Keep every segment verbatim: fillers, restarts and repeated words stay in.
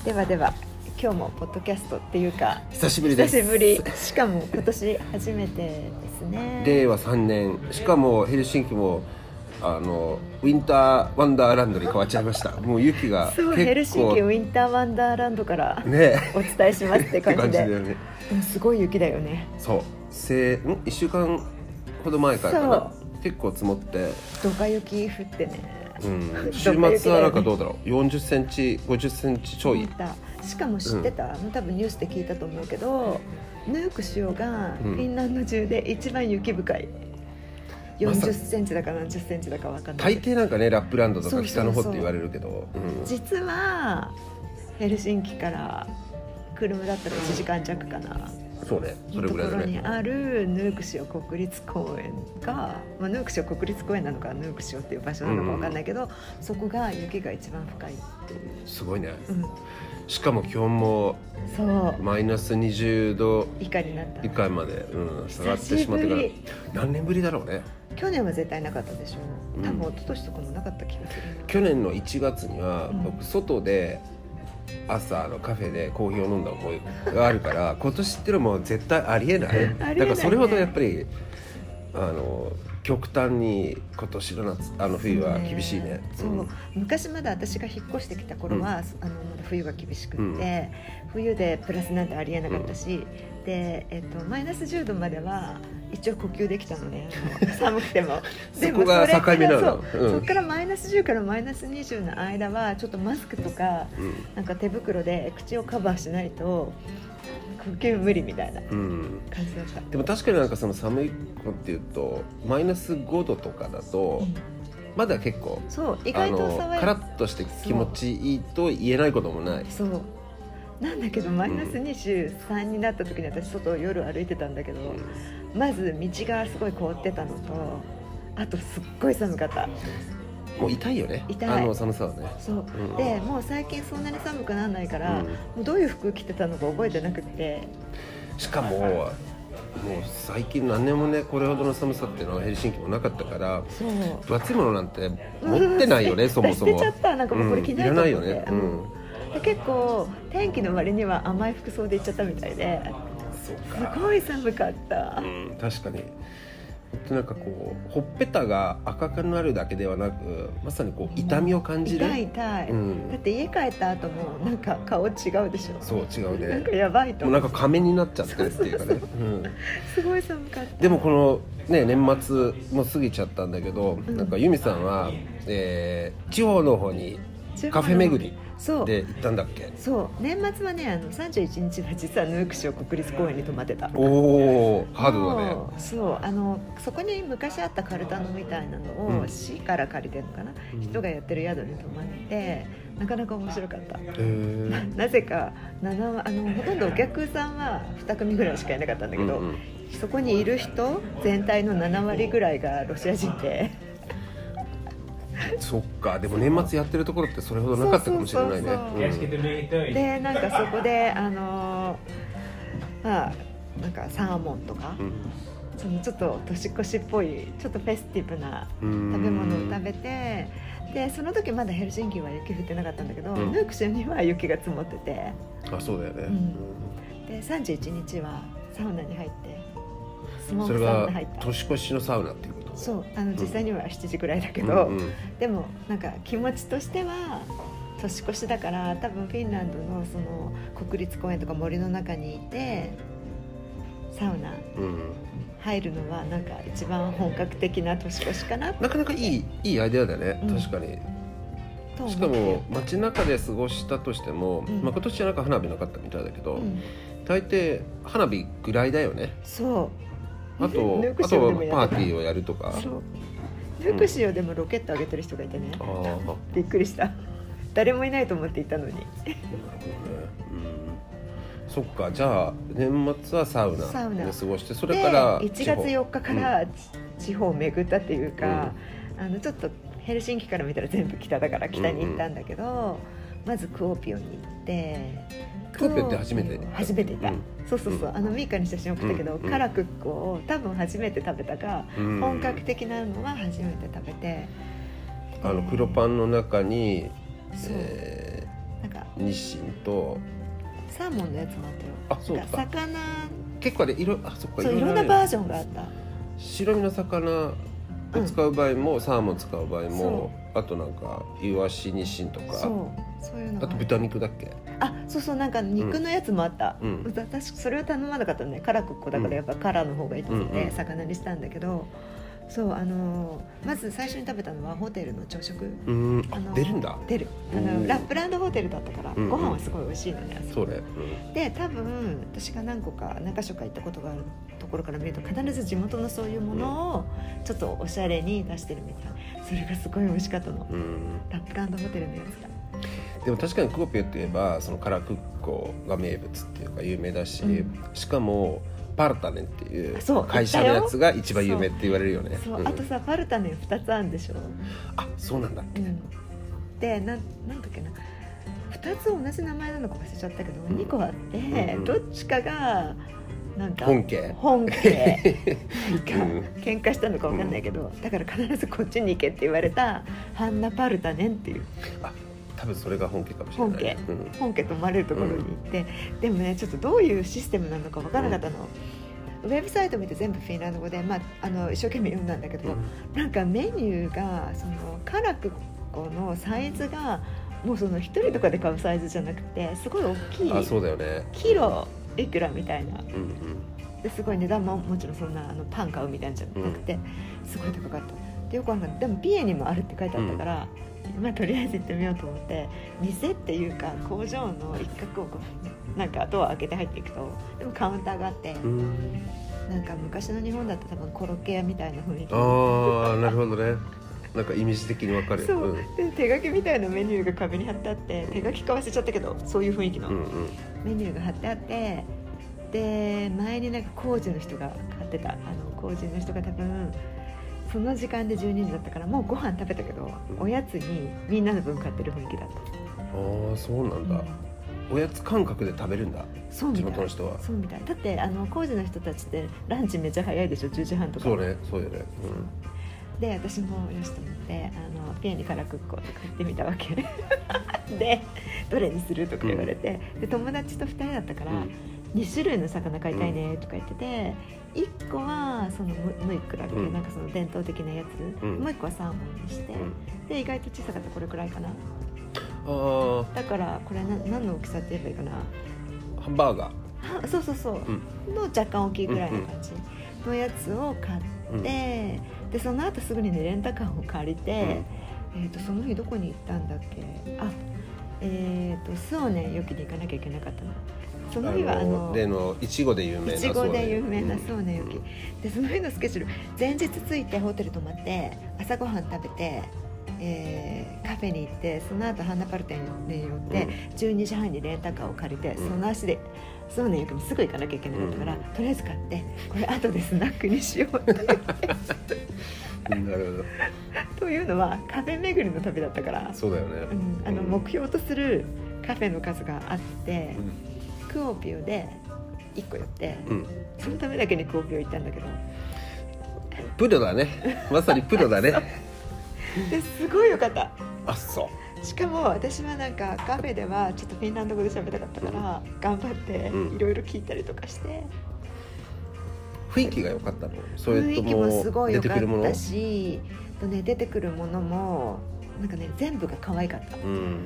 ではでは今日もポッドキャストっていうか久しぶりです。 久しぶり、しかも今年初めてですね。 れいわさんねん、しかもヘルシンキもあのウィンターワンダーランドに変わっちゃいました。もう雪が結構、 そうヘルシンキウィンターワンダーランドからねお伝えしますって感じでって感じだよね。 でもすごい雪だよね。 そうせんいっしゅうかんほど前からかな、結構積もって、 ドカ雪降ってね、 うん、週末はなんかどうだろう、よんじゅっセンチごじゅっセンチちょい。 しかも知ってた、うん、もう多分ニュースで聞いたと思うけど、ヌーク塩がフィンランド中で一番雪深い、うん、よんじゅっセンチだか何十センチだか分かんない。 大抵なんかねラップランドとか北の方って言われるけど、 実はヘルシンキから車だったらいちじかん弱かな、 そうね、それぐらいだね。 ところにあるヌークシオ国立公園が、まあ、ヌークシオ国立公園なのかヌークシオっていう場所なのか分かんないけど、うん、そこが雪が一番深いっていう。 すごいね、 うん、 しかも気温もそうマイナスにじゅうど以下になった、 以下まで、うん、下がってしまってから何年ぶりだろうね。 去年は絶対なかったでしょ。多分一昨年とかもなかった気がする、 うん、去年のいちがつには僕外で朝のカフェでコーヒーを飲んだ思いがあるから今年ってのも絶対ありえない。だからそれほどやっぱりあの極端に今年の夏あの冬は厳しいね。 そう、うん、昔まだ私が引っ越してきた頃は、うん、あのまだ冬が厳しくって、うん、冬でプラスなんてありえなかったし、うん、で、えっと、マイナスじゅうどまでは一応呼吸できたのね、寒くてもでもそこが境目なの。 そう、うん、そこからマイナスじゅうからマイナスにじゅうの間はちょっとマスクとか、うん、なんか手袋で口をカバーしないと呼吸無理みたいな感じだった、うん、 でも確かになんかその寒いのっていうとマイナスごどとかだと、うん、まだ結構そう意外と爽やか、 カラッとして気持ちいいと言えないこともない。 そうなんだけどマイナスにじゅうさんになった時に私外を夜歩いてたんだけど、うん、まず道がすごい凍ってたのと、あとすっごい寒かった。 もう痛いよね、 痛い、 あの寒さはね。 そう、うん、でもう最近そんなに寒くならないから、うん、もうどういう服着てたのか覚えてなくて、 しかももう最近何年もねこれほどの寒さっていうのはヘルシンキもなかったから、そう分厚いものなんて持ってないよね、うん、そもそも捨てちゃった。なんかもうこれ着ないと思って、うん、いらないよね、 うん、 で結構天気の割には甘い服装で行っちゃったみたいで、 そうか、 すごい寒かった、 うん、確かになんかこうほっぺたが赤くなるだけではなくまさにこう痛みを感じる。 痛い痛い、うん、だって家帰った後もなんか顔違うでしょ。 そう違うね、 なんかやばいともうなんか仮面になっちゃってるっていうかね。 すごい寒かった。 でもこの、ね、年末も過ぎちゃったんだけど、うん、なんかユミさんは、えー、地方の方にカフェ巡りで行ったんだっけ。 そう年末はねあのさんじゅういちにちは実はヌークシオ国立公園に泊まってた。 おおハードだね。 そうあのそこに昔あったカルタノみたいなのを、うん、市から借りてるのかな、うん、人がやってる宿に泊まってなかなか面白かった。な, なぜかななあのほとんどお客さんはに組ぐらいしかいなかったんだけど、うんうん、そこにいる人全体のななわりぐらいがロシア人でそっか、でも年末やってるところってそれほどなかったかもしれないね。 でなんかそこであのまあなんかサーモンとか、うん、そのちょっと年越しっぽいちょっとフェスティブな食べ物を食べて、でその時まだヘルシンキは雪降ってなかったんだけど、うん、ヌークシオには雪が積もってて、 あそうだよね、うん、 でさんじゅういちにちはサウナに入ってスモーそれクサウナ入っがた。 年越しのサウナっていうこと。 そうあの実際にはしちじぐらいだけど、 うんうん、 でもなんか気持ちとしては年越しだから多分フィンランドのその国立公園とか森の中にいてサウナ入るのはなんか一番本格的な年越しかな。 なかなかいいいいアイデアだね、うん、確かに。しかも街中で過ごしたとしても、うんまあ、今年はなんか花火なかったみたいだけど、うん、大抵花火ぐらいだよね。 そうあとあとパーティーをやるとか。 そうヌークシオでもロケット上げてる人がいてね、うん、びっくりした。誰もいないと思っていたのに。なるほどね、 うん、そっか。じゃあ年末はサウナで過ごして、それからいちがつよっかから地方を巡ったっていうか、うん、あのちょっとヘルシンキから見たら全部北だから北に行ったんだけど、うんうん、まずクオピオンに行って。 クオピオンって初めて初めて行った、うん、そうそうそう、あのミーカに写真送ったけど、うん、カラクッコを多分初めて食べたか、うん、本格的なのは初めて食べて、 あの黒パンの中に、えー、なんか日清とサーモンのやつもあったよ。 あ、そうか。 魚結構あれ色あそっかそういろんなバージョンがあった。 白身の魚を使う場合も、うん、サーモン使う場合も、あとなんかイワシ日清とか、 そうそういうのがあと豚肉だっけ。 あ、そうそう、なんか肉のやつもあった、 うん、 私それは頼まなかったね。カラクッコだからやっぱカラの方がいいと思って魚にしたんだけど、そう、あのー、まず最初に食べたのはホテルの朝食。 うん、あのー、出るんだ。 出る。あのラップランドホテルだったから、うんうん、ご飯はすごい美味しいのね。 それ、うん、 で多分私が何個か何か所か行ったことがあるところから見ると必ず地元のそういうものをちょっとおしゃれに出してるみたい。それがすごい美味しかったの、うん、ラップランドホテルのやつだ。 でも確かにクオピオって言えばそのカラクッコが名物っていうか有名だし、うん、しかもパルタネンっていう会社のやつが一番有名って言われるよね。 そうそう、うん、あとさパルタネンふたつあるんでしょ。 あ、そうなんだっけ、うん、 で な, なんだっけなふたつ同じ名前なのか忘れちゃったけど、うん、にこあって、うんうん、どっちかがなんか本家本家が喧嘩したのか分かんないけど、うん、だから必ずこっちに行けって言われたハンナパルタネンっていう。 あ、多分それが本家かもしれない。 本家、うん、本家と思われるところに行って、うん、でもねちょっとどういうシステムなのか分からなかったの、うん、ウェブサイト見て全部フィンランド語で、まあ、あの一生懸命読んだんだけど、うん、なんかメニューがそのカラクッコのサイズがもうその一人とかで買うサイズじゃなくてすごい大きい。 あ、そうだよね。 キロいくらみたいな、 うんうん、 ですごい値段ももちろんそんなあのパン買うみたいなんじゃなくて、うん、すごい高かった。でよくわかんない。でもピエにもあるって書いてあったから、うん、まあ、とりあえず行ってみようと思って店っていうか工場の一角をこうなんかドア開けて入っていくとでもカウンターがあって、うん、なんか昔の日本だと多分コロッケ屋みたいな雰囲気。 ああ、なるほどね。なんかイメージ的にわかる。 そう、うん、で手書きみたいなメニューが壁に貼ってあって、手書きか忘れちゃったけどそういう雰囲気のメニューが貼ってあって、で前になんか工事の人が買ってた。あの工事の人が多分その時間でじゅうにじだったからもうご飯食べたけど、うん、おやつにみんなの分買ってる雰囲気だった。 ああ、そうなんだ、うん、おやつ感覚で食べるんだ。 そうみたい。 地元の人はそうみたい。だってあの工事の人たちってランチめっちゃ早いでしょ。じゅうじはんとか。 そうね、そうよね、 うん、で私もよしと思ってあのピエにカラクッコとか言ってみたわけでどれにするとか言われて、うん、で友達とふたりだったから、うん、に種類の魚買いたいねとか言ってて、いっこはそのムイクラみたいな、うん、なんかその伝統的なやつ、うん、もういっこはサーモンにして、うん、で意外と小さかった。これくらいかな。あ、だからこれな何の大きさって言えばいいかな。 ハンバーガー。そうそうそう、うん、の若干大きいぐらいの感じのやつを買って、うん、でその後すぐにねレンタカーを借りて、うん、えー、とその日どこに行ったんだっけ。あ、えーとスオネンよきに行かなきゃいけなかったの。その日はあの例のいちごで有名ないちごで有名なスオネンよき、うん、でその日のスケジュール前日着いてホテル泊まって朝ごはん食べて、えー、カフェに行ってその後ハンナパルテンに寄って、うん、じゅうにじはんにレンタカーを借りて、うん、その足でスオネンよきにすぐ行かなきゃいけなかったから、うん、とりあえず買ってこれ後でスナックにしようって言ってなるほど。というのはカフェ巡りの旅だったから。 そうだよね、 うん、あの目標とするカフェの数があって、うん、クオピオでいっこ寄って、うん、そのためだけにクオピオ行ったんだけど。 プロだね、まさにプロだねですごいよかった。 あ、そうしかも私はなんかカフェではちょっとフィンランド語で喋りたかったから、うん、頑張っていろいろ聞いたりとかして、 うん、雰囲気が良かったの。それとも雰囲気もすごい良かったし、と、ね、出てくるものもなんかね全部が可愛かった、うん、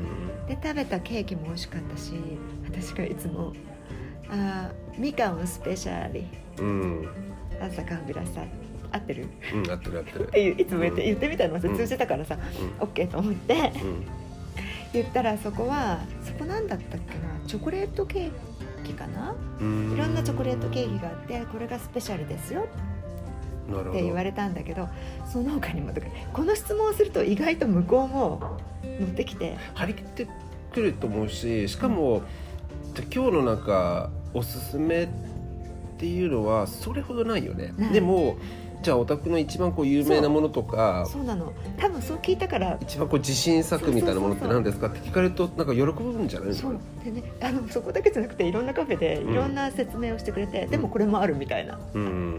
で食べたケーキも美味しかったし、私がいつもあミカンスペシャリ、うん、朝カンビラサ合ってる、 うん、合ってる合ってるっていつも言って、うん、言ってみたの通じたからさ、うん、OK と思って、うん、言ったらそこはそこなんだったっけな、チョコレートケーキかな、いろんなチョコレートケーキがあってこれがスペシャルですよって言われたんだけど、その他にもとかこの質問をすると意外と向こうも乗ってきて張り切ってくると思うし、しかも今日のなんかおすすめっていうのはそれほどないよね。でもじゃあお宅の一番こう有名なものとか、 そう、そうなの、多分そう聞いたから一番こう自信作みたいなものって何ですかって聞かれるとなんか喜ぶんじゃないですか。 そうでね、あのそこだけじゃなくていろんなカフェでいろんな説明をしてくれて、うん、でもこれもあるみたいな、うん、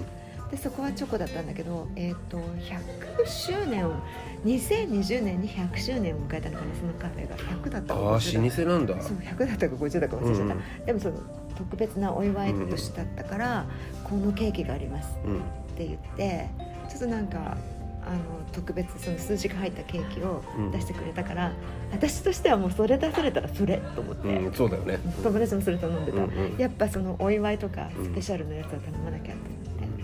でそこはチョコだったんだけど、えー、とひゃくしゅうねんをにせんにじゅうねんにひゃくしゅうねんを迎えたのかな、そのカフェがひゃくだったかごじゅうだ。ああ老舗なんだ。 そうひゃくだったかごじゅうだか忘れちゃった、うん、でもその特別なお祝い年だったから、うん、このケーキがありますって言って、うん、ちょっとなんかあの特別その数字が入ったケーキを出してくれたから、うん、私としてはもうそれ出されたらそれと思って、 うん、そうだよね、 友達もそれ頼んでた、うんうん、やっぱそのお祝いとかスペシャルなやつを頼まなきゃって思って、うん、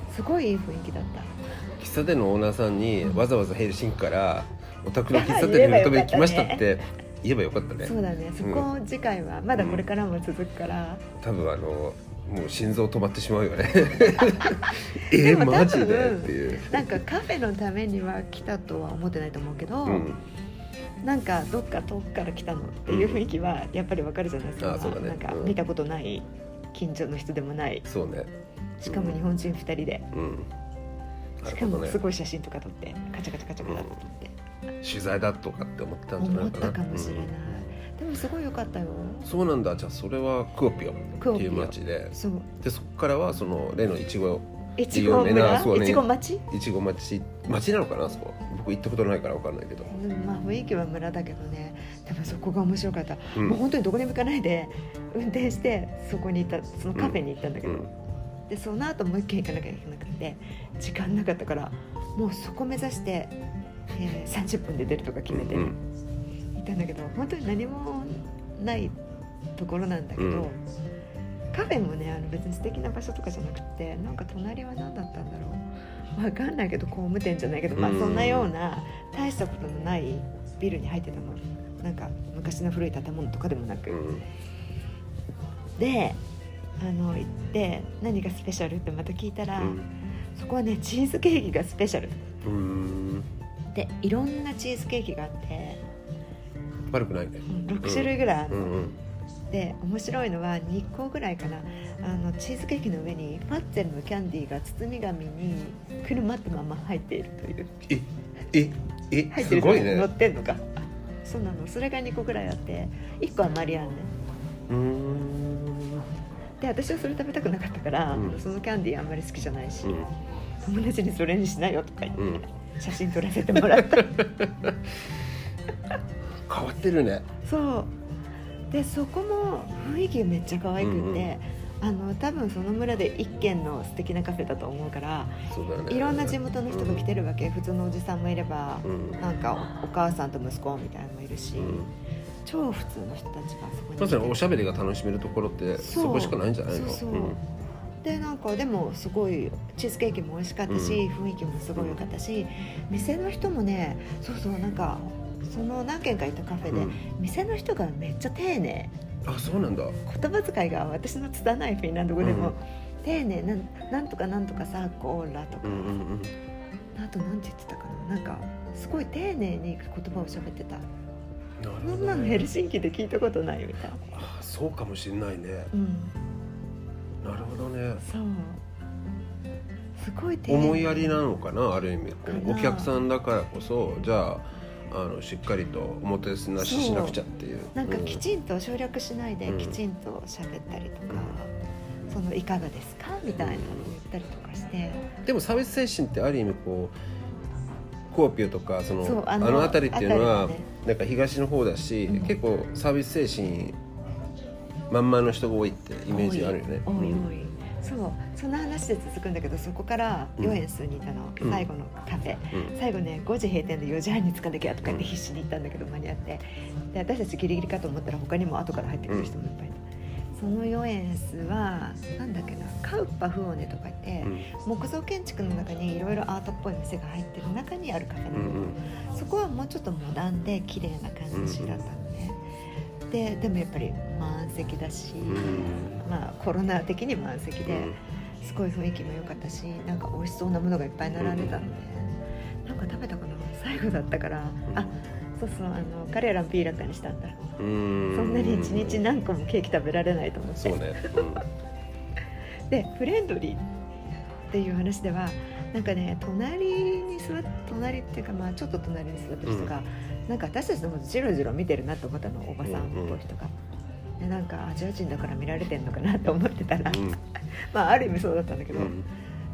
すごいいい雰囲気だった。 喫茶店のオーナーさんにわざわざヘルシンキからお宅の喫茶店に認め来ましたって言えばよかったね。 そうだね、そこ次回はまだこれからも続くから、 うん、多分あのもう心臓止まってしまうよねえー、マジでっていうなんかカフェのためには来たとは思ってないと思うけど、うん、なんかどっか遠くから来たのっていう雰囲気はやっぱりわかるじゃないですか、うんああそうだね、なんか見たことない近所の人でもない、 そうね、 しかも日本人ふたりで、 うんしかもすごい写真とか撮ってカチャカチャカチャカチャって撮って、 うん、取材だとかって思ったんじゃないかな。 思ったかもしれない、うん、でもすごい良かったよ。 そうなんだ。じゃあそれはクオピオっていう町で、 そうでそこからはその例のいちごいちご村、いちご町いちご町町なのかな、そこ僕行ったことないから分かんないけど、 うん、まあ雰囲気は村だけどね、でもそこが面白かった、うん、もう本当にどこにも行かないで運転してそこに行った、そのカフェに行ったんだけど、うんうんでその後もう一軒行かなきゃいけなくて時間なかったからもうそこ目指して、えー、さんじゅっぷんで出るとか決めて、ねうんうん、行ったんだけど本当に何もないところなんだけど、うん、カフェもねあの別に素敵な場所とかじゃなくてなんか隣は何だったんだろう分かんないけど工務店じゃないけど、まあ、そんなような大したことのないビルに入ってたの。なんか昔の古い建物とかでもなく、うん、であの行って何がスペシャルってまた聞いたら、うん、そこはねチーズケーキがスペシャル、 うーんでいろんなチーズケーキがあって悪くないね、 うん、ろくしゅるいぐらいあるの、 うんうんうん、 で面白いのはにこぐらいかな、あのチーズケーキの上にファッツェルのキャンディーが包み紙にくるまったまま入っているという。 えええ入ってる、すごいね、乗ってんのか。そうなの、それがにこぐらいあっていっこはマリアンネ、 うーんで私はそれ食べたくなかったから、うん、そのキャンディーあんまり好きじゃないし、うん、友達にそれにしなよとか言って、うん、写真撮らせてもらった変わってるね。 そうでそこも雰囲気がめっちゃ可愛くて、うんうん、あの多分その村で一軒の素敵なカフェだと思うから、 そうだね、 いろんな地元の人が来てるわけ、うん、普通のおじさんもいれば、うん、なんかお母さんと息子みたいなのもいるし、うん超普通の人たちがそこにまずおしゃべりが楽しめるところってそこしかないんじゃないの。 そうそう、うん、でなんかでもすごいチーズケーキも美味しかったし、うん、雰囲気もすごい良かったし、店の人もねそうそうなんかその何軒か行ったカフェで、うん、店の人がめっちゃ丁寧。 あ、そうなんだ。 言葉遣いが私の拙いフィンランド語でも、うん、丁寧 な, なんとかなんとかさコーラとか、うんうんうん、あとなんて言ってたかな、なんかすごい丁寧に言葉を喋ってた。そんなのヘルシンキで聞いたことないみたいな。 あ、そうかもしれないね、 うん、 なるほどね。 そうすごい思いやりなのかな、ある意味お客さんだからこそじゃあ、 あのしっかりとおもてなししなくちゃっていう、 なんかきちんと省略しないできちんと喋ったりとか、うん、そのいかがですかみたいなのを言ったりとかして、 でもサービス精神ってある意味こうコーピオとかそのそうあの、あの辺りっていうのは、ね、なんか東の方だし、うん、結構サービス精神満々の人が多いってイメージあるよね。 多い多い、うん、そうその話で続くんだけど、そこからよえん数にいたの、うん、最後のカフェ、うん、最後ねごじ閉店でよじはんに着かなきゃとかって必死に行ったんだけど間に合って、で私たちギリギリかと思ったら他にも後から入ってくる人もいっぱいいた、うん、そのよえん数はなんだっけな、カウパフオネとか言って、うん、木造建築の中にいろいろアートっぽい店が入ってる中にあるカフェなの、うんうん、そこはもうちょっとモダンで綺麗な感じだったのね、うんうん、で, でもやっぱり満席だし、うん、まあコロナ的に満席で、すごい雰囲気も良かったし、なんか美味しそうなものがいっぱい並んでたので、うん、なんか食べたかな、最後だったから、うん、あそうそう、あの彼らのピーラッカにしたんだ。うーん、そんなに一日何個もケーキ食べられないと思って。 そうね、 うん、でフレンドリーっていう話ではなんかね、隣に座って隣っていうか、まあちょっと隣に座ってる人が、うん、なんか私たちのことジロジロ見てるなと思ったの、おばさんっぽい人が、でなんかアジア人だから見られてんのかなと思ってたら、うん、まあある意味そうだったんだけど、うん、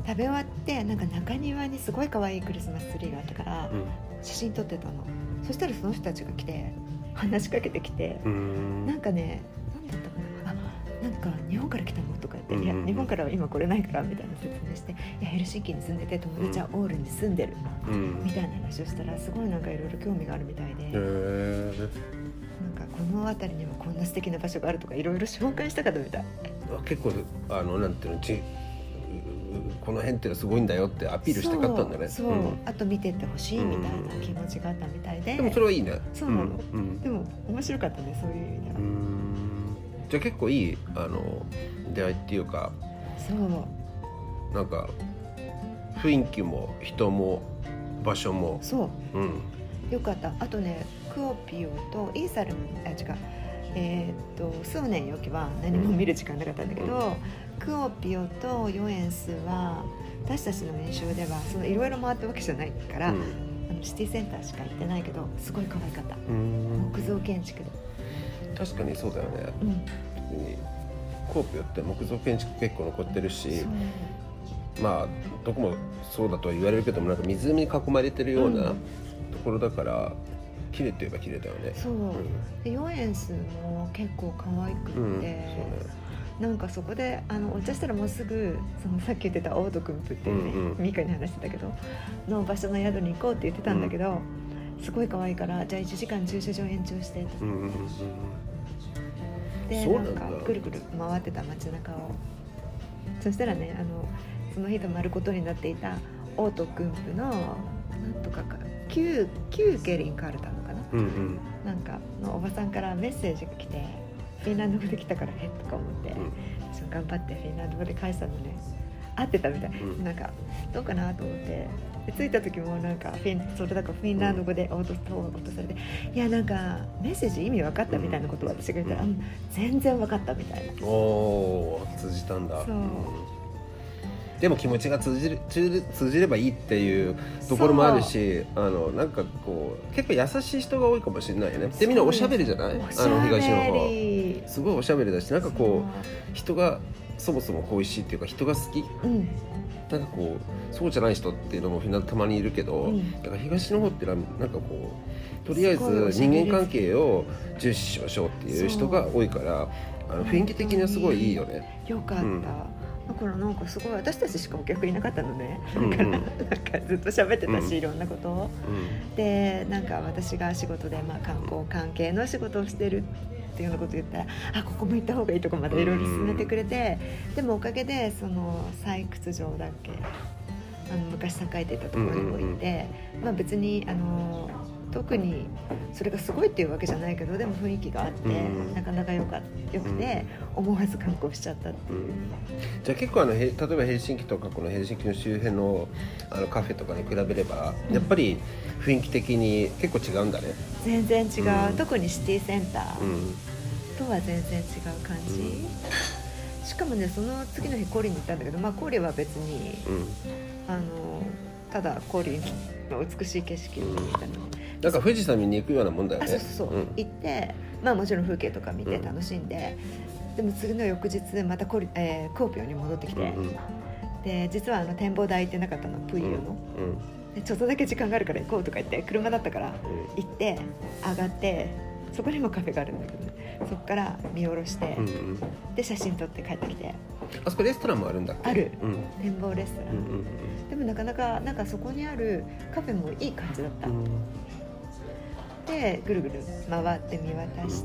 食べ終わってなんか中庭にすごい可愛いクリスマスツリーがあったから、うん、写真撮ってたの。そしたらその人たちが来て話しかけてきて、んなんかね、なんだったかな、あ、なんか日本から来たのとか言って、うん、いや日本からは今来れないからみたいな説明して、いやヘルシンキに住んでて友達はオールに住んでる、うん、みたいな話をしたら、すごいなんかいろいろ興味があるみたいで、なんかこの辺りにもこんな素敵な場所があるとかいろいろ紹介したかったみたい。 結構あのなんていうのちこの辺ってのはすごいんだよってアピールしたかったんだね。 そう、そう、うん、あと見てってほしいみたいな気持ちがあったみたいで、 でもそれはいいね。 そうなの、うんうん、でも面白かったね、そういう意味では。うーん、 じゃあ結構いいあの出会いっていうか、 そうなんか雰囲気も人も場所もそう、うん、よかった。あとね、クオピオとイーサルム、あ、違う、えー、っと数年よきは何も見る時間なかったんだけど、うん、クオピオとヨエンスは私たちの演習ではそのいろいろ回ったわけじゃないから、うん、あのシティセンターしか行ってないけどすごい可愛かった。木造建築で。 確かにそうだよね、うん、クオピオって木造建築結構残ってるし、まあどこもそうだとは言われるけども、なんか湖に囲まれてるようなところだから、うん、綺麗って言えば綺麗だよね。 そう、うん、でヨエンスも結構可愛くて、うん、そうね、なんかそこであのお茶したらもうすぐそのさっき言ってたオートクンプっていうね、うんうん、ミカに話してたけどの場所の宿に行こうって言ってたんだけど、うん、すごい可愛いからじゃあいちじかん駐車場延長してと、うんうんうん、でなんかぐるぐる回ってた街中を、そしたらね、あのその日泊まることになっていたオートクンプのなんとかかキュー、キューケリンカールタのかな、うんうん、なんかのおばさんからメッセージが来て、フィンランド語で来たからへっとか思って、うん、そう頑張ってフィンランド語で返したのね。合ってたみたい、うん、なんかどうかなと思って、で着いた時もなんかフィンそれだからフィンランド語で落とされて、いやなんかメッセージ意味分かったみたいなことを私が言ったら、うん、全然分かったみたいな。 おー、通じたんだ。 そう、うん、 でも気持ちが通じる、通じればいいっていうところもあるし、あのなんかこう結構優しい人が多いかもしれないよね。でみんなおしゃべりじゃない？あの東の方すごいおしゃべりだし、なんかこう人がそもそも恋しいっていうか人が好き、うん、なんかこうそうじゃない人っていうのもたまにいるけど、うん、だから東の方ってなんかこうとりあえず人間関係を重視しましょうっていう人が多いから、あの雰囲気的にはすごいいいよね。 よかった、うん、だからなんかすごい私たちしかお客いなかったのね、うんうん、だからなんかずっと喋ってたし、うん、いろんなことを、うん、でなんか私が仕事で、まあ、観光関係の仕事をしてるっていうようなこと言ったら、あ、ここも行った方がいいとかまたいろいろ勧めてくれて、うん、でもおかげでその採掘場だっけ、あの昔栄えていたところにも行って、うんうん、まあ、別にあの特にそれがすごいっていうわけじゃないけど、でも雰囲気があって、うん、なかなかよかよくて、うん、思わず観光しちゃったっていう、うん、 じゃあ結構あの例えばヘルシンキとかこのヘルシンキの周辺の、あのカフェとかに比べれば、やっぱり雰囲気的に結構違うんだね。 全然違う、うん、特にシティセンターとは全然違う感じ、うん、しかもね、その次の日コーリに行ったんだけど、まあ、コーリは別に、うん、あのただコーリの美しい景色を見たので、 なんか富士山見に行くようなもんだよね。 あ、そうそうそう、うん、行って、まあ、もちろん風景とか見て楽しんで、うん、でも次の翌日またコリ、えー、コーピオに戻ってきて、うんうん、で実はあの展望台行ってなかったの、プイユの、うんうん、でちょっとだけ時間があるから行こうとか言って車だったから行って上がって、そこにもカフェがあるんだけどね、そこから見下ろして、うんうん、で写真撮って帰ってきて。 あそこレストランもあるんだっけ？ ある、うん、展望レストラン、うんうんうん、でもなかなかなんかそこにあるカフェもいい感じだった、うん、でぐるぐる回って見渡して、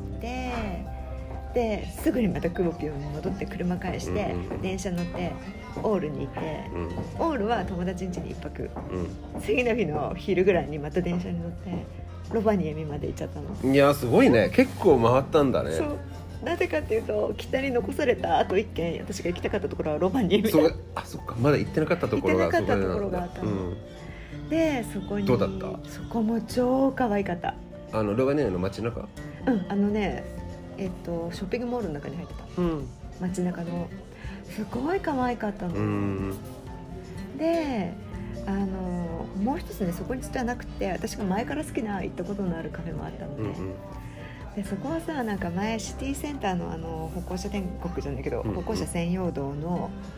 うん、ですぐにまたクボピオに戻って車返して、うんうん、電車乗ってオールに行って、うん、オールは友達ん家に一泊、うん、次の日の昼ぐらいにまた電車に乗ってロバニエミまで行っちゃったの。 いやすごいね、結構回ったんだね。 そう、なぜかっていうと北に残されたあと一軒、私が行きたかったところはロバニエミだ。そあ、そっか、まだ行ってなかったところが行ってなかったところがあったの、うん、でそこにどうだった？ そこも超可愛かった。 あのロバニエミの街中？ うん、あのね、えっとショッピングモールの中に入ってた、うん、街中のすごい可愛かったの、うん、であのもう一つね、そこに実はなくて、私が前から好きな行ったことのあるカフェもあったので、うんうん、でそこはさ、なんか前シティセンターのあの歩行者天国じゃないけど、うんうん、歩行者専用道の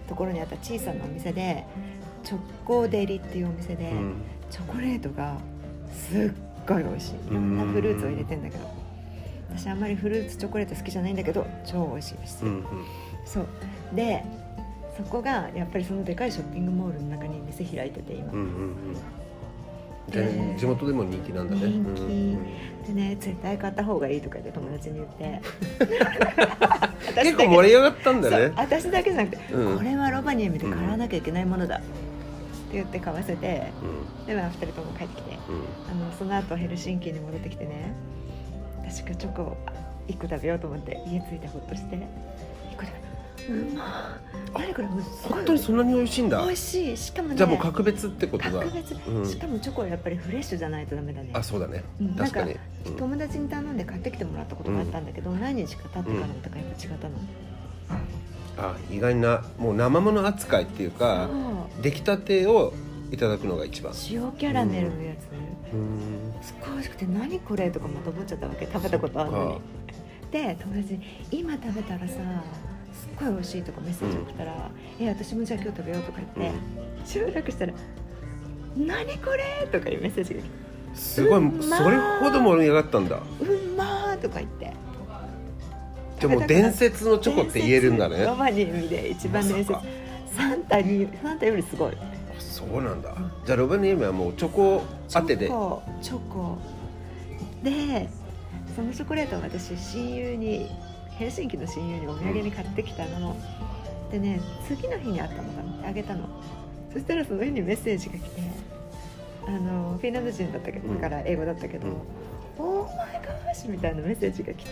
ところにあった小さなお店でチョコデリっていうお店で、うん、チョコレートがすっごい美味しい。いろんなフルーツを入れてんだけど、私あんまりフルーツチョコレート好きじゃないんだけど超美味しいです、うんうん、そうでそこがやっぱりそのでかいショッピングモールの中に店開いてて今、うんうんうん、で地元でも人気なんだね。 人気、うん、でね絶対買った方がいいとか言って友達に言って結構盛り上がったんだね。 私だけじゃなくて、うん、これはロバニエミで買わなきゃいけないものだ、うんって言って買わせて、うん、でまあふたりとも帰ってきて、うん、あのその後ヘルシンキに戻ってきてね、私がチョコをいっこ食べようと思って家着いてほっとしていっこでうまー何これ本当にそんなに美味しいんだ。 美味しい。しかもねじゃあもう格別ってことだ。 格別、うん、しかもチョコはやっぱりフレッシュじゃないとダメだね。 あそうだね、 うん、 確かに、 うん、友達に頼んで買ってきてもらったことがあったんだけど、うん、何日か経ってからとかやっぱ違ったの、 あ意外なもう生もの扱いっていうか出来たてをいただくのが一番。 塩キャラメルのやつ、うん、すっごい美味しくて何これとかまた思っちゃったわけ。食べたことあるのに。で友達に今食べたらさすっごい美味しいとかメッセージ送ったら、うん、え私もじゃあ今日食べようとか言って、うん、しばらくしたら何これとかいうメッセージが来てすごい、うん、それほど盛り上がったんだ。 うんまーとか言ってじゃあもう伝説のチョコって言えるんだね。 ロバニエミで一番伝説、ま、サンタにサンタよりすごい。 そうなんだ、うん、じゃあロバニエミはもうチョコ当てでチョコチョコでそのチョコレートを私親友にヘルシンキの親友にお土産に買ってきたの、うん、でね次の日にあったのかなあげたの。そしたらその日にメッセージが来てあのフィンランド人だったけど、うん、だから英語だったけど、うん、オーマイガーシみたいなメッセージが来て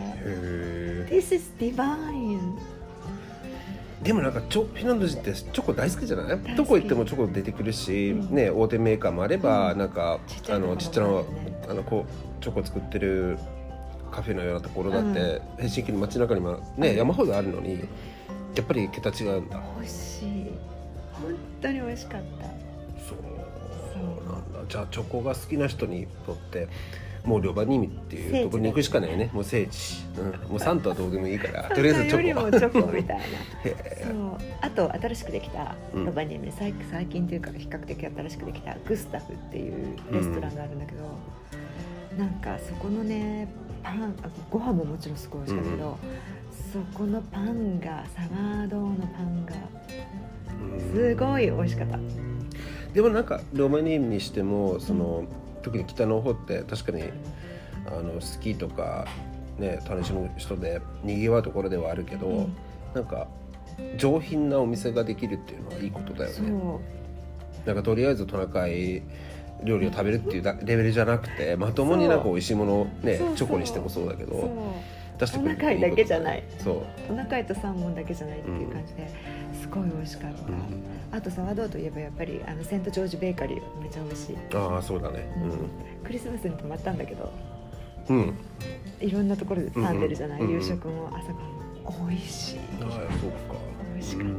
This is divine。 でもなんかチョフィンランド人ってチョコ大好きじゃない？どこ行ってもチョコ出てくるし、うんね、大手メーカーもあれば、うん、なんかあのちっちゃなあのこうチョコ作ってるカフェのようなところだって、うん、ヘルシンキの街中にも、ねうん、山ほどあるのにやっぱり桁違うんだ。 美味しい本当に美味しかった。 そうなんだ。じゃあチョコが好きな人にとってもうロバニエミっていうところに行くしかないね。もう聖地、うん、もうサンタはどうでもいいからとりあえずチョコよりもチョコみたいなそうあと新しくできたロバニエミ、うん、最, 最近というか比較的新しくできたグスタフっていうレストランがあるんだけど、うん、なんかそこのねパンご飯ももちろんすごい美味しかったけど、うん、そこのパンがサワードのパンがすごい美味しかった。 でもなんかロバニエミにしてもその、うん特に北の方って確かにあのスキーとか、ね、楽しむ人でにぎわうところではあるけど、うん、なんか上品なお店ができるっていうのはいいことだよね。なんかとりあえずトナカイ料理を食べるっていうレベルじゃなくてまともになんか美味しいものを、ね、チョコにしてもそうだけど出してくれるトナカイだけじゃないそうトナカイとサーモンだけじゃないっていう感じで、うん、すごい美味しかった、うんあとサワードーといえばやっぱりあのセントジョージベーカリーめちゃ美味しい。 ああそうだね、うん、 クリスマスに泊まったんだけど、 うん、 いろんなところでパン出るじゃない、うん、夕食も朝からも美味しい。 ああそうか美味しかった。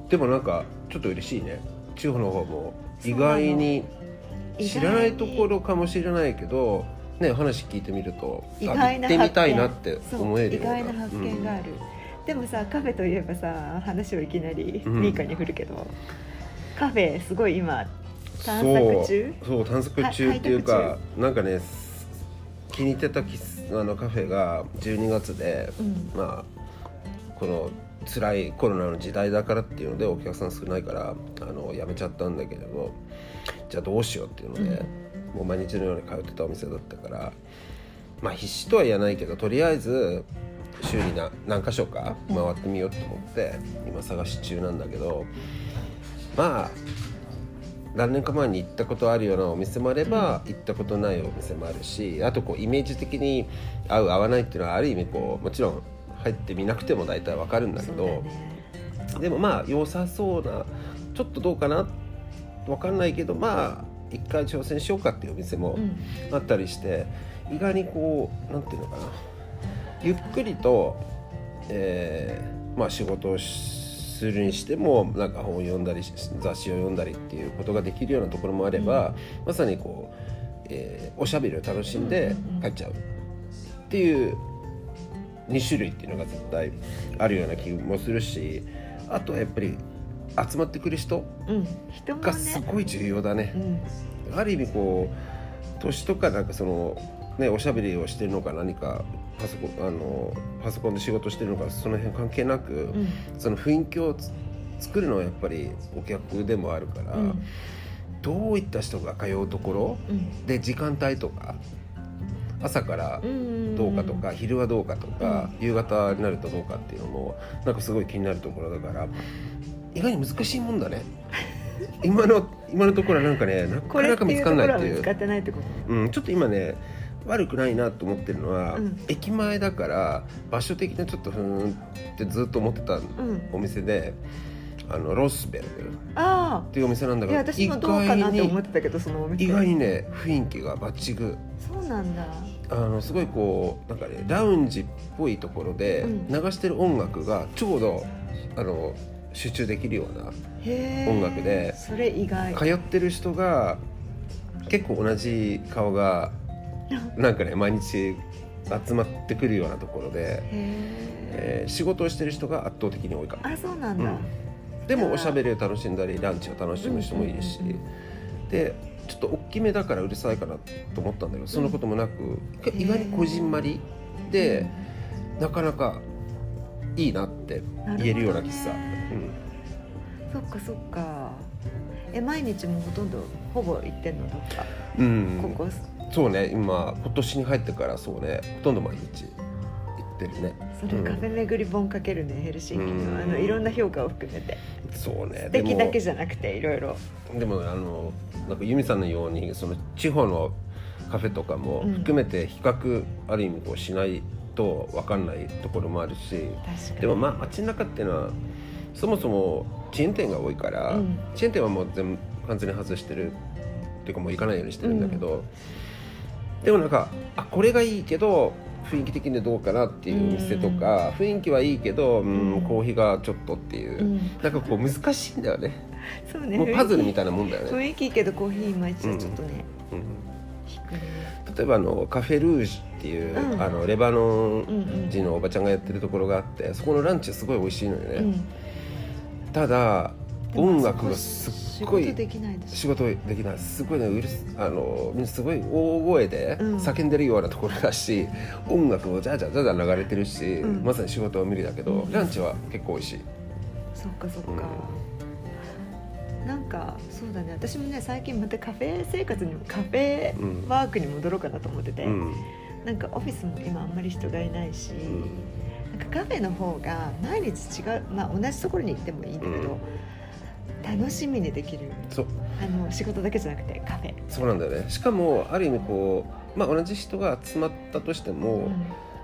でもなんかちょっと嬉しいね。地方の方も意外に知らないところかもしれないけどね話聞いてみると意外な行ってみたいなって思えるような意外な発見がある、うん、でもさカフェといえばさ話をいきなりミーカに振るけど、うん、カフェすごい今探索中そう、そう探索中っていうかなんかね気に入ってたあのカフェがじゅうにがつで、うん、まあこの辛いコロナの時代だからっていうのでお客さん少ないからあの辞めちゃったんだけれどじゃあどうしようっていうので、うん、もう毎日のように通ってたお店だったからまあ必死とは言わないけどとりあえず週に 何, 何箇所か回ってみようと思って今探し中なんだけどまあ何年か前に行ったことあるようなお店もあれば、うん、行ったことないお店もあるしあとこうイメージ的に合う合わないっていうのはある意味こうもちろん入ってみなくても大体わかるんだけど、ね、でもまあ良さそうなちょっとどうかなわかんないけどまあ一回挑戦しようかっていうお店もあったりして、うん、意外にこうなんていうのかなゆっくりと、えーまあ、仕事をするにしてもなんか本を読んだり雑誌を読んだりっていうことができるようなところもあれば、うん、まさにこう、えー、おしゃべりを楽しんで帰っちゃうっていうに種類っていうのが絶対あるような気もするしあとはやっぱり集まってくる人がすごい重要だね、うん、ある意味こう年とかなんかその、ね、おしゃべりをしてるのか何かパソコン、あのパソコンで仕事してるのかその辺関係なく、うん、その雰囲気を作るのはやっぱりお客でもあるから、うん、どういった人が通うところ、うん、で時間帯とか朝からどうかとか、うん、昼はどうかとか、うん、夕方になるとどうかっていうのもなんかすごい気になるところだから意外に難しいもんだね今の今のところはなんかねなかなか見つかんないっていう、 これっていうところは見つかってないってこと、 うん、ちょっと今ね悪くないなと思ってるのは、うん、駅前だから場所的なちょっとふーんってずっと思ってたお店で、うん、あのロスベルっていうお店なんだけど、 私もどうかなって思ってたけどそのお店意外にね雰囲気がバッチグ。 そうなんだ。 あのすごいこうなんかねラウンジっぽいところで流してる音楽がちょうどあの集中できるような音楽で、 それ意外。 通ってる人が結構同じ顔がなんかね毎日集まってくるようなところで、えー、仕事をしてる人が圧倒的に多いかも。 あ、そうなんだ、うん、 でもおしゃべりを楽しんだりランチを楽しむ人もいるし、うんうんうん、でちょっと大きめだからうるさいかなと思ったんだけどそんなこともなく、うん、意外にこじんまりでなかなかいいなって言えるような喫茶、うん、 そっかそっか。え毎日もほとんどほぼ行ってんのとか、 うん、 ここそうね今今年に入ってからそうねほとんど毎日行ってるね。 それカフェ巡り本かけるね、うん、ヘルシンキの、うん、あのいろんな評価を含めてそうね素敵だけじゃなくていろいろでもあのなんかユミさんのようにその地方のカフェとかも含めて比較ある意味こうしないと分かんないところもあるし、でもまあ街の中っていうのはそもそもチェーン店が多いから、うん、チェーン店はもう全部完全に外してるっていうかもう行かないようにしてるんだけど、うん、でもなんかあこれがいいけど雰囲気的にどうかなっていうお店とか、うん、雰囲気はいいけど、うん、コーヒーがちょっとっていう、うん、なんかこう難しいんだよね。 そうね、 もうパズルみたいなもんだよね。 雰囲気いいけどコーヒーいまいちはちょっとね、うんうん、 低いね。例えばあのカフェルージュっていう、うん、あのレバノン人のおばちゃんがやってるところがあってそこのランチすごい美味しいのよね、うん、ただ音楽がすっごい仕事できないです。 仕事できないすごいねうるすあのみんなすごい大声で叫んでるようなところだし、うん、音楽もジャジャジャジャ流れてるし、うん、まさに仕事は無理だけど、うん、ランチは結構美味しい。 そっかそっか、うん、なんかそうだね私もね最近またカフェ生活にもカフェワークに戻ろうかなと思ってて、うん、なんかオフィスも今あんまり人がいないし、うん、なんかカフェの方が毎日違う、まあ、同じところに行ってもいいんだけど、うん楽しみにできる。そうあの仕事だけじゃなくてカフェそうなんだよね。しかもある意味こう、まあ、同じ人が集まったとしても、うん、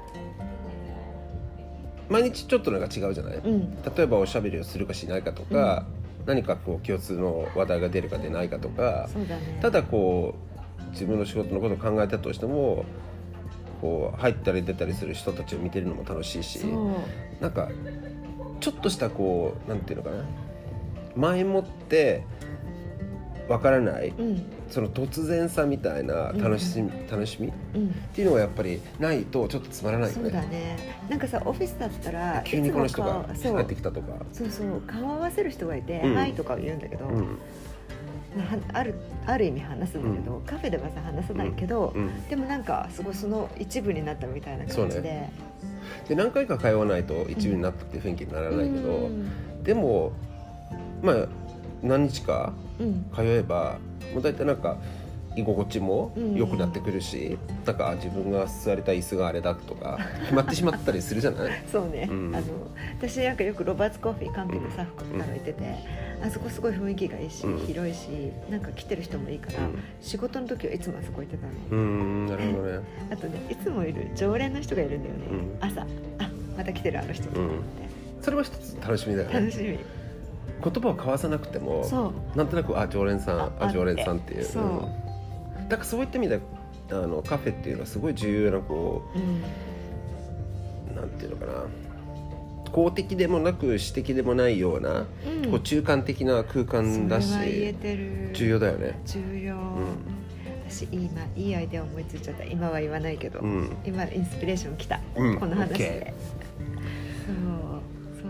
毎日ちょっとなんか違うじゃない、うん、例えばおしゃべりをするかしないかとか、うん、何かこう共通の話題が出るか出ないかとかそうだね、 ただこう自分の仕事のことを考えたとしてもこう入ったり出たりする人たちを見てるのも楽しいしなんかちょっとしたこうなんていうのかな前もってわからない、うん、その突然さみたいな楽しみ、うん、楽しみ、うん、っていうのがやっぱりないとちょっとつまらないよね。 そうだね。なんかさオフィスだったら急にこの人が帰ってきたとかそうそう顔合わせる人がいて、うん、はいとか言うんだけど、うん、あるある意味話すんだけど、うん、カフェではさ話さないけど、うんうん、でもなんかすごいその一部になったみたいな感じで、ね、 で何回か通わないと一部になったっていう雰囲気にならないけど、うん、でもまあ何日か通えば、うん、もう大体なんか居心地も良くなってくるし、うん、なんか自分が座りたい椅子があれだとか決まってしまったりするじゃないそうね、うん、あの私なんかよくロバーツコーヒーカンピのスタッフから行ってて、うん、あそこすごい雰囲気がいいし、うん、広いしなんか来てる人もいいから、うん、仕事の時はいつもあそこ行ってたの。 うんなるほどねあとねいつもいる常連の人がいるんだよね、うん、朝あまた来てるあの人と思って、うん、 それは一つ楽しみだよね。 楽しみ言葉を交わさなくてもなんとなくあ常連さん あ, あ常連さんっていうそう、うん、だからそういった意味であのカフェっていうのはすごい重要なこう、うん、なんていうのかな公的でもなく私的でもないような、うん、こう中間的な空間だしそれは言えてる重要だよね。 重要、うん、私今いいアイデア思いついちゃった。今は言わないけど、うん、今インスピレーション来た、うん、この話で、 okay。 そうそうですね。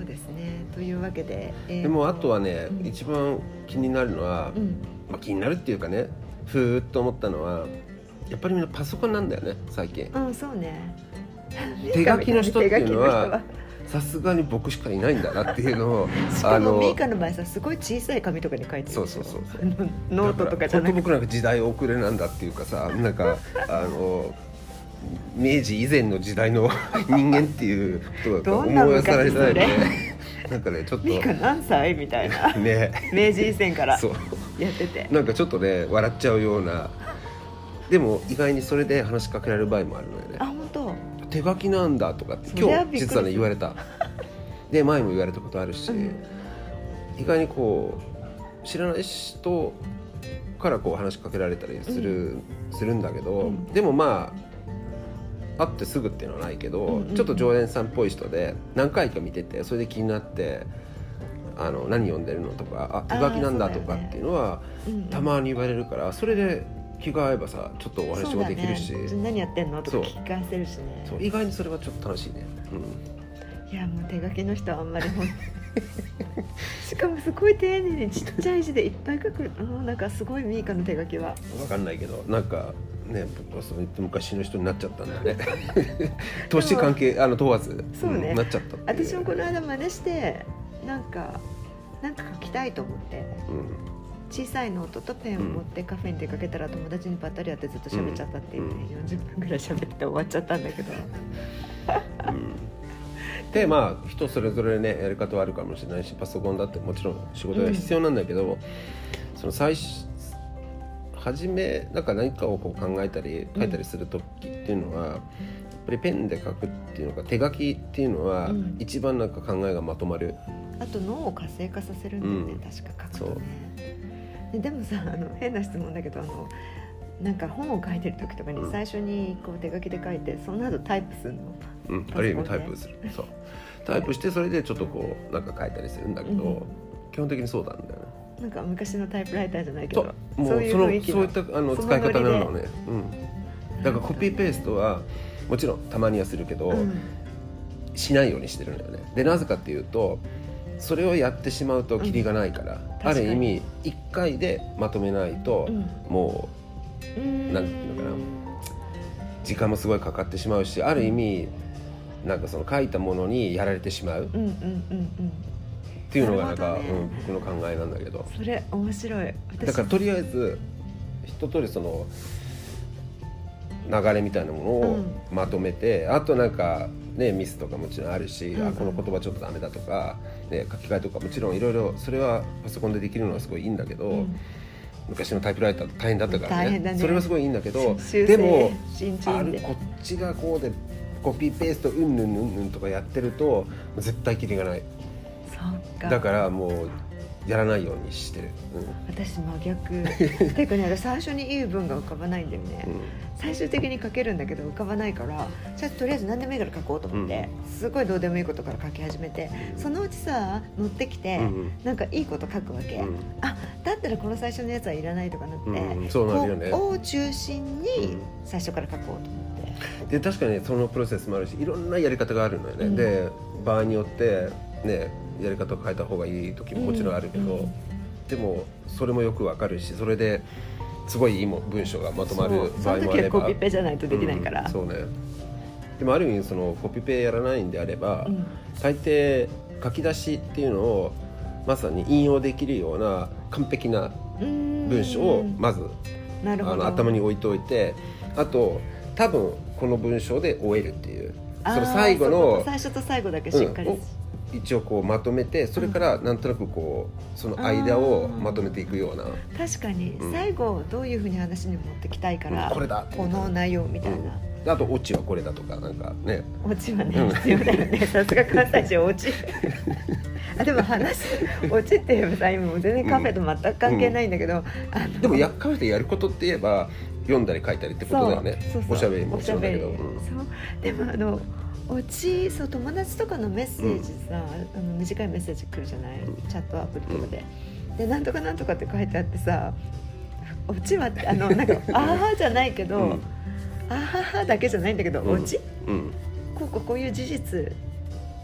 ね。というわけで、 えー、でもあとはね、うん、一番気になるのは、うんまあ、気になるっていうかねふーっと思ったのはやっぱりみんなパソコンなんだよね最近。 うんそうね。 手書きの人っていうのはさすがに僕しかいないんだなっていうのをしかもミーカの場合さすごい小さい紙とかに書いてる。 そうそうそうノートとかじゃなくて僕なんか時代遅れなんだっていうかさなんかあの明治以前の時代の人間っていうことが思い出されないでなんかねちょっとミカ何歳みたいな、 ね、 明治以前からやっててなんかちょっとね笑っちゃうような。でも意外にそれで話しかけられる場合もあるのよね。 あ本当。 手書きなんだとかって今日実はね言われたで前も言われたことあるし、うん、意外にこう知らない人からこう話しかけられたりする、うん、するんだけど、うん、でもまあ会ってすぐっていうのはないけど、うんうんうん、ちょっと常連さんっぽい人で何回か見ててそれで気になってあの何読んでるのとかあ手書きなんだとかっていうのは、ね、たまに言われるからそれで気が合えばさちょっとお話もできるし、 ね、何やってんのとか聞かせるしね。 そう意外にそれはちょっと楽しいね、 うん、いやもう手書きの人はあんまりしかもすごい丁寧にちっちゃい字でいっぱい書くなんかすごいミーカの手書きは分かんないけどなんかね僕はそう言って昔の人になっちゃったんだね年関係あの問わずそうね、 うん、なっちゃったっていう。 私もこの間真似してなんかなんか書きたいと思って、うん小さいノートとペンを持ってカフェに出かけたら友達にばったり会ってずっと喋っちゃったっていうね、うん、よんじゅっぷんぐらい喋って終わっちゃったんだけど、 うん、でまあ人それぞれねやり方はあるかもしれないしパソコンだってもちろん仕事が必要なんだけど、うん、その最初初めなんか何かをこう考えたり書いたりする時っていうのは、うん、やっぱりペンで書くっていうのか手書きっていうのは、うん、一番なんか考えがまとまる。 あと脳を活性化させるんだよね、うん、確か書くとね。で, でもさあの変な質問だけどあのなんか本を書いてる時とかに最初にこう手書きで書いてその後タイプするの、 うん、ある意味タイプするそうタイプしてそれでちょっとこうなんか書いたりするんだけど、うん、基本的にそうなんだよね。 なんか昔のタイプライターじゃないけどもうそういう雰囲気のそういったあの使い方なのね、うん、だからコピーペーストはもちろんたまにはするけど、うん、しないようにしてるんだよね。でなぜかっていうとそれをやってしまうとキリがないから、うん、ある意味いっかいでまとめないと、うん、もうなんていうのかな時間もすごいかかってしまうしある意味なんかその書いたものにやられてしまう、うんうんうんうん、っていうのがなんか、ねうん、僕の考えなんだけどそれ面白い。 だからとりあえず一通りその流れみたいなものをまとめて、うん、あとなんかね、ミスとかもちろんあるし、うん、あこの言葉ちょっとダメだとか、ね、書き換えとかもちろんいろいろそれはパソコンでできるのはすごいいいんだけど、うん、昔のタイプライター大変だったから ね, ねそれはすごいいいんだけどでもあるこっちがこうでコピーペーストうんぬんうんぬんとかやってると絶対キリがない。 そうか。 だからもうやらないようにしてる、うん、 私真逆ていうかね最初にいい文が浮かばないんだよね、うん、最終的に書けるんだけど浮かばないからじゃあとりあえず何でもいいから書こうと思って、うん、すごいどうでもいいことから書き始めて、うん、そのうちさ乗ってきて、うん、なんかいいこと書くわけ、うん、あだったらこの最初のやつはいらないとかなって、うん、そうなるよね。ここを中心に最初から書こうと思って、 で確かにそのプロセスもあるしいろんなやり方があるのよね、うん、で場合によってねやり方を変えた方がいい時ももちろんあるけど、うん、でもそれもよくわかるしそれですごいいい文章がまとまる場合もあれば そ, その時はコピペじゃないとできないから、 うん、そうね。でもある意味そのコピペやらないんであれば、うん、大抵書き出しっていうのをまさに引用できるような完璧な文章をまずあの頭に置いておいてあと多分この文章で終えるっていうその最後の最初と最後だけしっかり、うん一応こうまとめてそれからなんとなくこうその間をまとめていくような、 確かに最後どういうふうに話に持ってきたいから、うん、これだこの内容みたいな、 うん、あとオチはこれだとかなんかねオチはね、うん、必要だよねさすが関西人オチあでも話オチって言えばさ今もう全然カフェと全く関係ないんだけど、うんうん、 あのでもやカフェでやることって言えば読んだり書いたりってことだよね。そうそうそうおしゃべりもそうだけど、うん、 そうでもあのオチそう友達とかのメッセージさ、うん、あの短いメッセージ来るじゃない、うん、チャットアプリとかで、うん、でなんとかなんとかって書いてあってさオチはあのなんかあはじゃないけど、うん、あははだけじゃないんだけど、うん、オチ、うん、こうこうこういう事実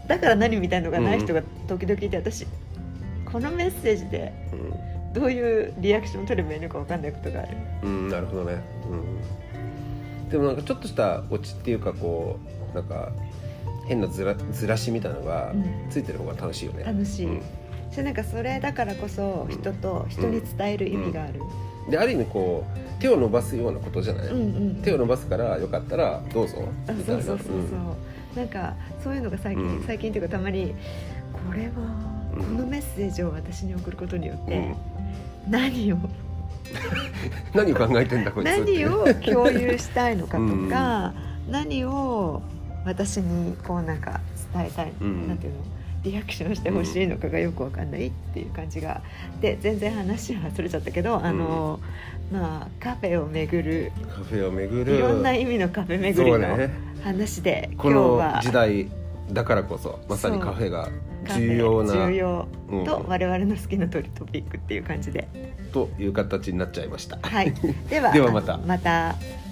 だから何みたいのがない人が時々いて、私このメッセージでどういうリアクションを取ればいいのか分かんないことがある。 うん、うん、なるほどね、うん、でもなんかちょっとしたオチっていうかこうなんか変なずら、ずらしみたいなのがついてる方が楽しいよね、 うん、楽しい、うん、それなんかそれだからこそ人と人に伝える意味がある、 うんうん、である意味こう手を伸ばすようなことじゃない、うんうん、手を伸ばすからよかったらどうぞみたいな。 そうそうそうそう、うん、なんかそういうのが最近、うん、最近っていうかたまにこれはこのメッセージを私に送ることによって、うん、何を何を考えてんだこいつ何を共有したいのかとか、うん、何を私にこうなんか伝えたい、うん、なんていうのリアクションしてほしいのかがよく分かんないっていう感じがで、全然話はそれちゃったけど、あの、うん、まあカフェを巡るカフェを巡るいろんな意味のカフェ巡りの話で、ね、 今日はこの時代だからこそまさにカフェが重要な重要と、うん、我々の好きなトピックっていう感じでという形になっちゃいました。 はい、ではではまたまた